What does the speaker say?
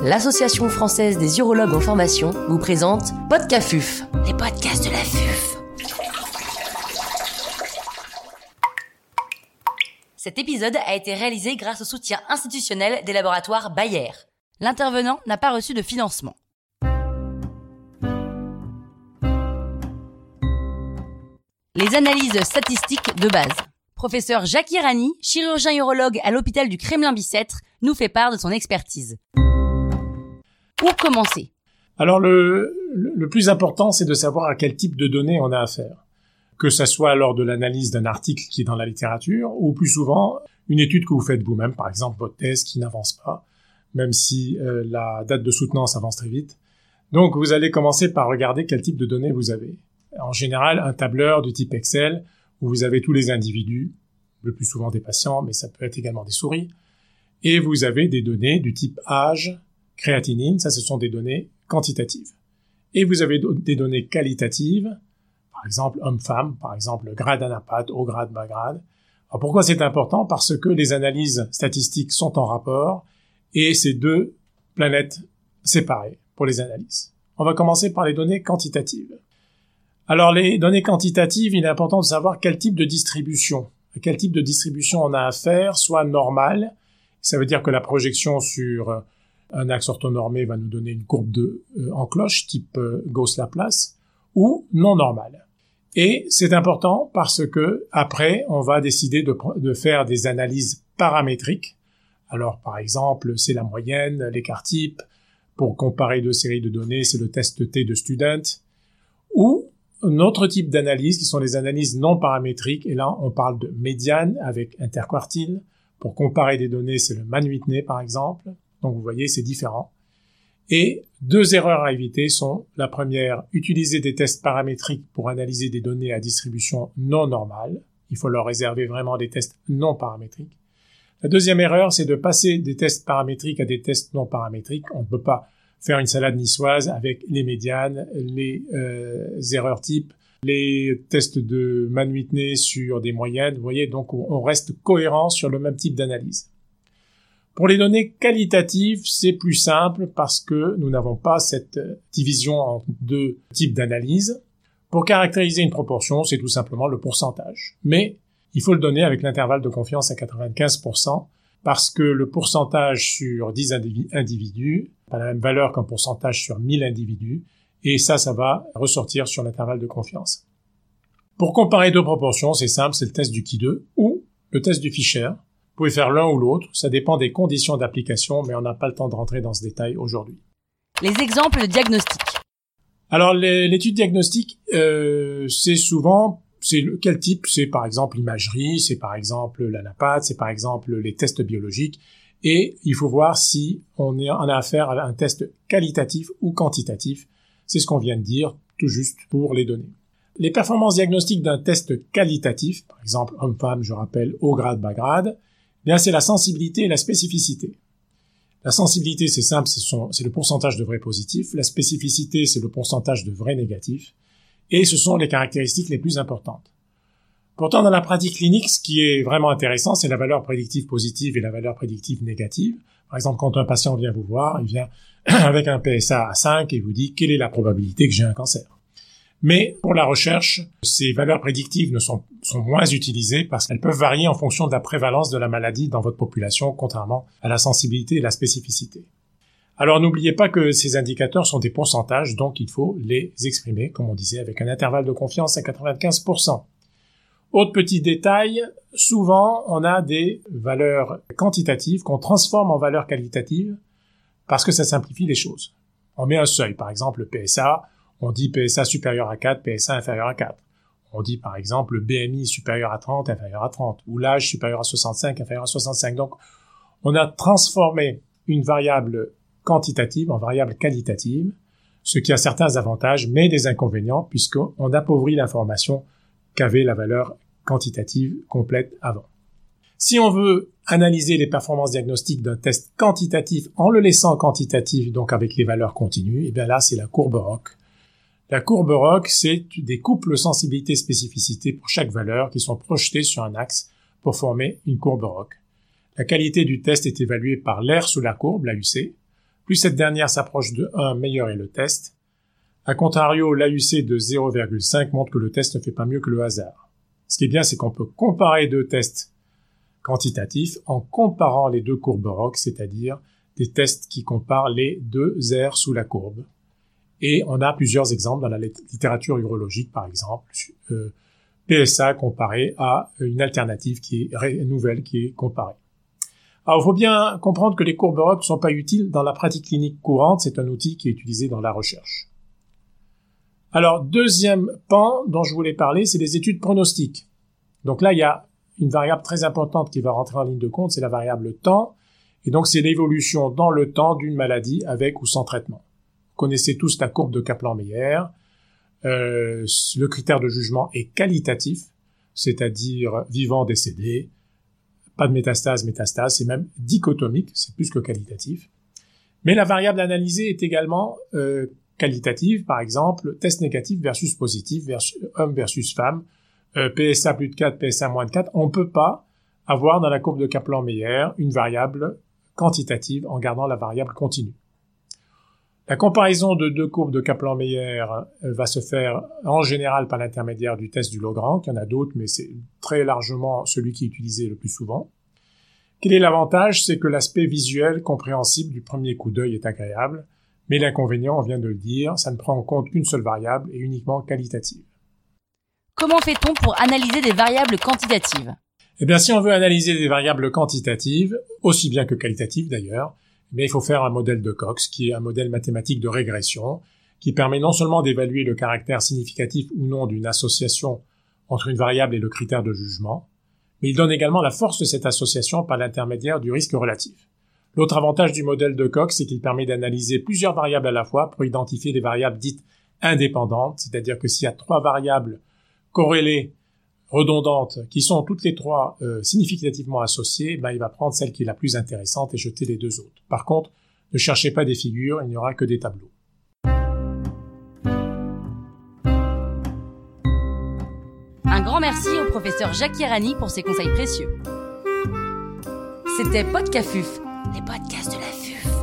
l'Association française des urologues en formation vous présente Podcafuf, les podcasts de la FUF. Cet épisode a été réalisé grâce au soutien institutionnel des laboratoires Bayer. L'intervenant n'a pas reçu de financement. Les analyses statistiques de base. Professeur Jacques Irani, chirurgien urologue à l'hôpital du Kremlin-Bicêtre, nous fait part de son expertise. Où commencer ? Alors le plus important, c'est de savoir à quel type de données on a affaire. Que ça soit lors de l'analyse d'un article qui est dans la littérature, ou plus souvent, une étude que vous faites vous-même, par exemple votre thèse qui n'avance pas, même si la date de soutenance avance très vite. Donc vous allez commencer par regarder quel type de données vous avez. En général, un tableur du type Excel, où vous avez tous les individus, le plus souvent des patients, mais ça peut être également des souris, et vous avez des données du type âge, créatinine, ça ce sont des données quantitatives. Et vous avez des données qualitatives, par exemple homme-femme, par exemple grade anapathe, haut grade, bas grade. Alors pourquoi c'est important ? Parce que les analyses statistiques sont en rapport, et c'est deux planètes séparées pour les analyses. On va commencer par les données quantitatives. Alors les données quantitatives, il est important de savoir quel type de distribution on a affaire, soit normale, ça veut dire que la projection sur un axe orthonormé va nous donner une courbe en cloche, type Gauss-Laplace, ou non normale. Et c'est important parce que après, on va décider de faire des analyses paramétriques. Alors par exemple, c'est la moyenne, l'écart type, pour comparer deux séries de données, c'est le test T de Student, ou un autre type d'analyse qui sont les analyses non paramétriques, et là on parle de médiane avec interquartile. Pour comparer des données, c'est le Mann-Whitney par exemple. Donc vous voyez, c'est différent. Et deux erreurs à éviter sont, la première, utiliser des tests paramétriques pour analyser des données à distribution non normale. Il faut leur réserver vraiment des tests non paramétriques. La deuxième erreur, c'est de passer des tests paramétriques à des tests non paramétriques. On ne peut pas faire une salade niçoise avec les médianes, les erreurs types, les tests de Mann-Whitney sur des moyennes. Vous voyez, donc on reste cohérent sur le même type d'analyse. Pour les données qualitatives, c'est plus simple parce que nous n'avons pas cette division en deux types d'analyse. Pour caractériser une proportion, c'est tout simplement le pourcentage. Mais il faut le donner avec l'intervalle de confiance à 95%, parce que le pourcentage sur 10 individus n'a pas la même valeur qu'un pourcentage sur 1000 individus, et ça va ressortir sur l'intervalle de confiance. Pour comparer deux proportions, c'est simple, c'est le test du Qui2 ou le test du Fisher. Vous pouvez faire l'un ou l'autre, ça dépend des conditions d'application, mais on n'a pas le temps de rentrer dans ce détail aujourd'hui. Les exemples de diagnostic. Alors l'étude diagnostique, c'est quel type ? C'est par exemple l'imagerie, c'est par exemple l'anapathe, c'est par exemple les tests biologiques, et il faut voir si on a affaire à un test qualitatif ou quantitatif. C'est ce qu'on vient de dire, tout juste pour les données. Les performances diagnostiques d'un test qualitatif, par exemple homme-femme, je rappelle, haut grade, bas grade, bien c'est la sensibilité et la spécificité. La sensibilité, c'est simple, c'est le pourcentage de vrais positifs. La spécificité, c'est le pourcentage de vrais négatifs. Et ce sont les caractéristiques les plus importantes. Pourtant, dans la pratique clinique, ce qui est vraiment intéressant, c'est la valeur prédictive positive et la valeur prédictive négative. Par exemple, quand un patient vient vous voir, il vient avec un PSA à 5 et vous dit quelle est la probabilité que j'ai un cancer. Mais pour la recherche, ces valeurs prédictives sont moins utilisées parce qu'elles peuvent varier en fonction de la prévalence de la maladie dans votre population, contrairement à la sensibilité et la spécificité. Alors n'oubliez pas que ces indicateurs sont des pourcentages, donc il faut les exprimer, comme on disait, avec un intervalle de confiance à 95%. Autre petit détail, souvent on a des valeurs quantitatives qu'on transforme en valeurs qualitatives parce que ça simplifie les choses. On met un seuil, par exemple le PSA, on dit PSA supérieur à 4, PSA inférieur à 4. On dit par exemple le BMI supérieur à 30, inférieur à 30, ou l'âge supérieur à 65, inférieur à 65. Donc on a transformé une variable quantitative en variable qualitative, ce qui a certains avantages, mais des inconvénients, puisqu'on appauvrit l'information qu'avait la valeur quantitative complète avant. Si on veut analyser les performances diagnostiques d'un test quantitatif en le laissant quantitatif, donc avec les valeurs continues, et bien là, c'est la courbe ROC. La courbe ROC, c'est des couples sensibilité-spécificité pour chaque valeur qui sont projetés sur un axe pour former une courbe ROC. La qualité du test est évaluée par l'aire sous la courbe, l'AUC, Plus cette dernière s'approche de 1, meilleur est le test. A contrario, l'AUC de 0,5 montre que le test ne fait pas mieux que le hasard. Ce qui est bien, c'est qu'on peut comparer deux tests quantitatifs en comparant les deux courbes ROC, c'est-à-dire des tests qui comparent les deux aires sous la courbe. Et on a plusieurs exemples dans la littérature urologique, par exemple, PSA comparé à une alternative qui est nouvelle, qui est comparée. Alors, il faut bien comprendre que les courbes ROC ne sont pas utiles dans la pratique clinique courante, c'est un outil qui est utilisé dans la recherche. Alors, deuxième pan dont je voulais parler, c'est les études pronostiques. Donc là, il y a une variable très importante qui va rentrer en ligne de compte, c'est la variable temps. Et donc, c'est l'évolution dans le temps d'une maladie avec ou sans traitement. Vous connaissez tous la courbe de Kaplan-Meier. Le critère de jugement est qualitatif, c'est-à-dire vivant, décédé, pas de métastase, c'est même dichotomique, c'est plus que qualitatif. Mais la variable analysée est également qualitative, par exemple, test négatif versus positif, homme versus femme, PSA plus de 4, PSA moins de 4. On ne peut pas avoir dans la courbe de Kaplan-Meier une variable quantitative en gardant la variable continue. La comparaison de deux courbes de Kaplan-Meier va se faire en général par l'intermédiaire du test du Logrand. Il y en a d'autres, mais c'est très largement celui qui est utilisé le plus souvent. Quel est l'avantage? C'est que l'aspect visuel compréhensible du premier coup d'œil est agréable, mais l'inconvénient, on vient de le dire, ça ne prend en compte qu'une seule variable et uniquement qualitative. Comment fait-on pour analyser des variables quantitatives? Eh bien, si on veut analyser des variables quantitatives, aussi bien que qualitatives d'ailleurs, mais il faut faire un modèle de Cox, qui est un modèle mathématique de régression, qui permet non seulement d'évaluer le caractère significatif ou non d'une association entre une variable et le critère de jugement, mais il donne également la force de cette association par l'intermédiaire du risque relatif. L'autre avantage du modèle de Cox, c'est qu'il permet d'analyser plusieurs variables à la fois pour identifier des variables dites indépendantes, c'est-à-dire que s'il y a 3 variables corrélées, redondantes, qui sont toutes les 3 significativement associées, il va prendre celle qui est la plus intéressante et jeter les 2 autres. Par contre, ne cherchez pas des figures, il n'y aura que des tableaux. Un grand merci au professeur Jacques Irani pour ses conseils précieux. C'était Podcafuf, les podcasts de la FUF.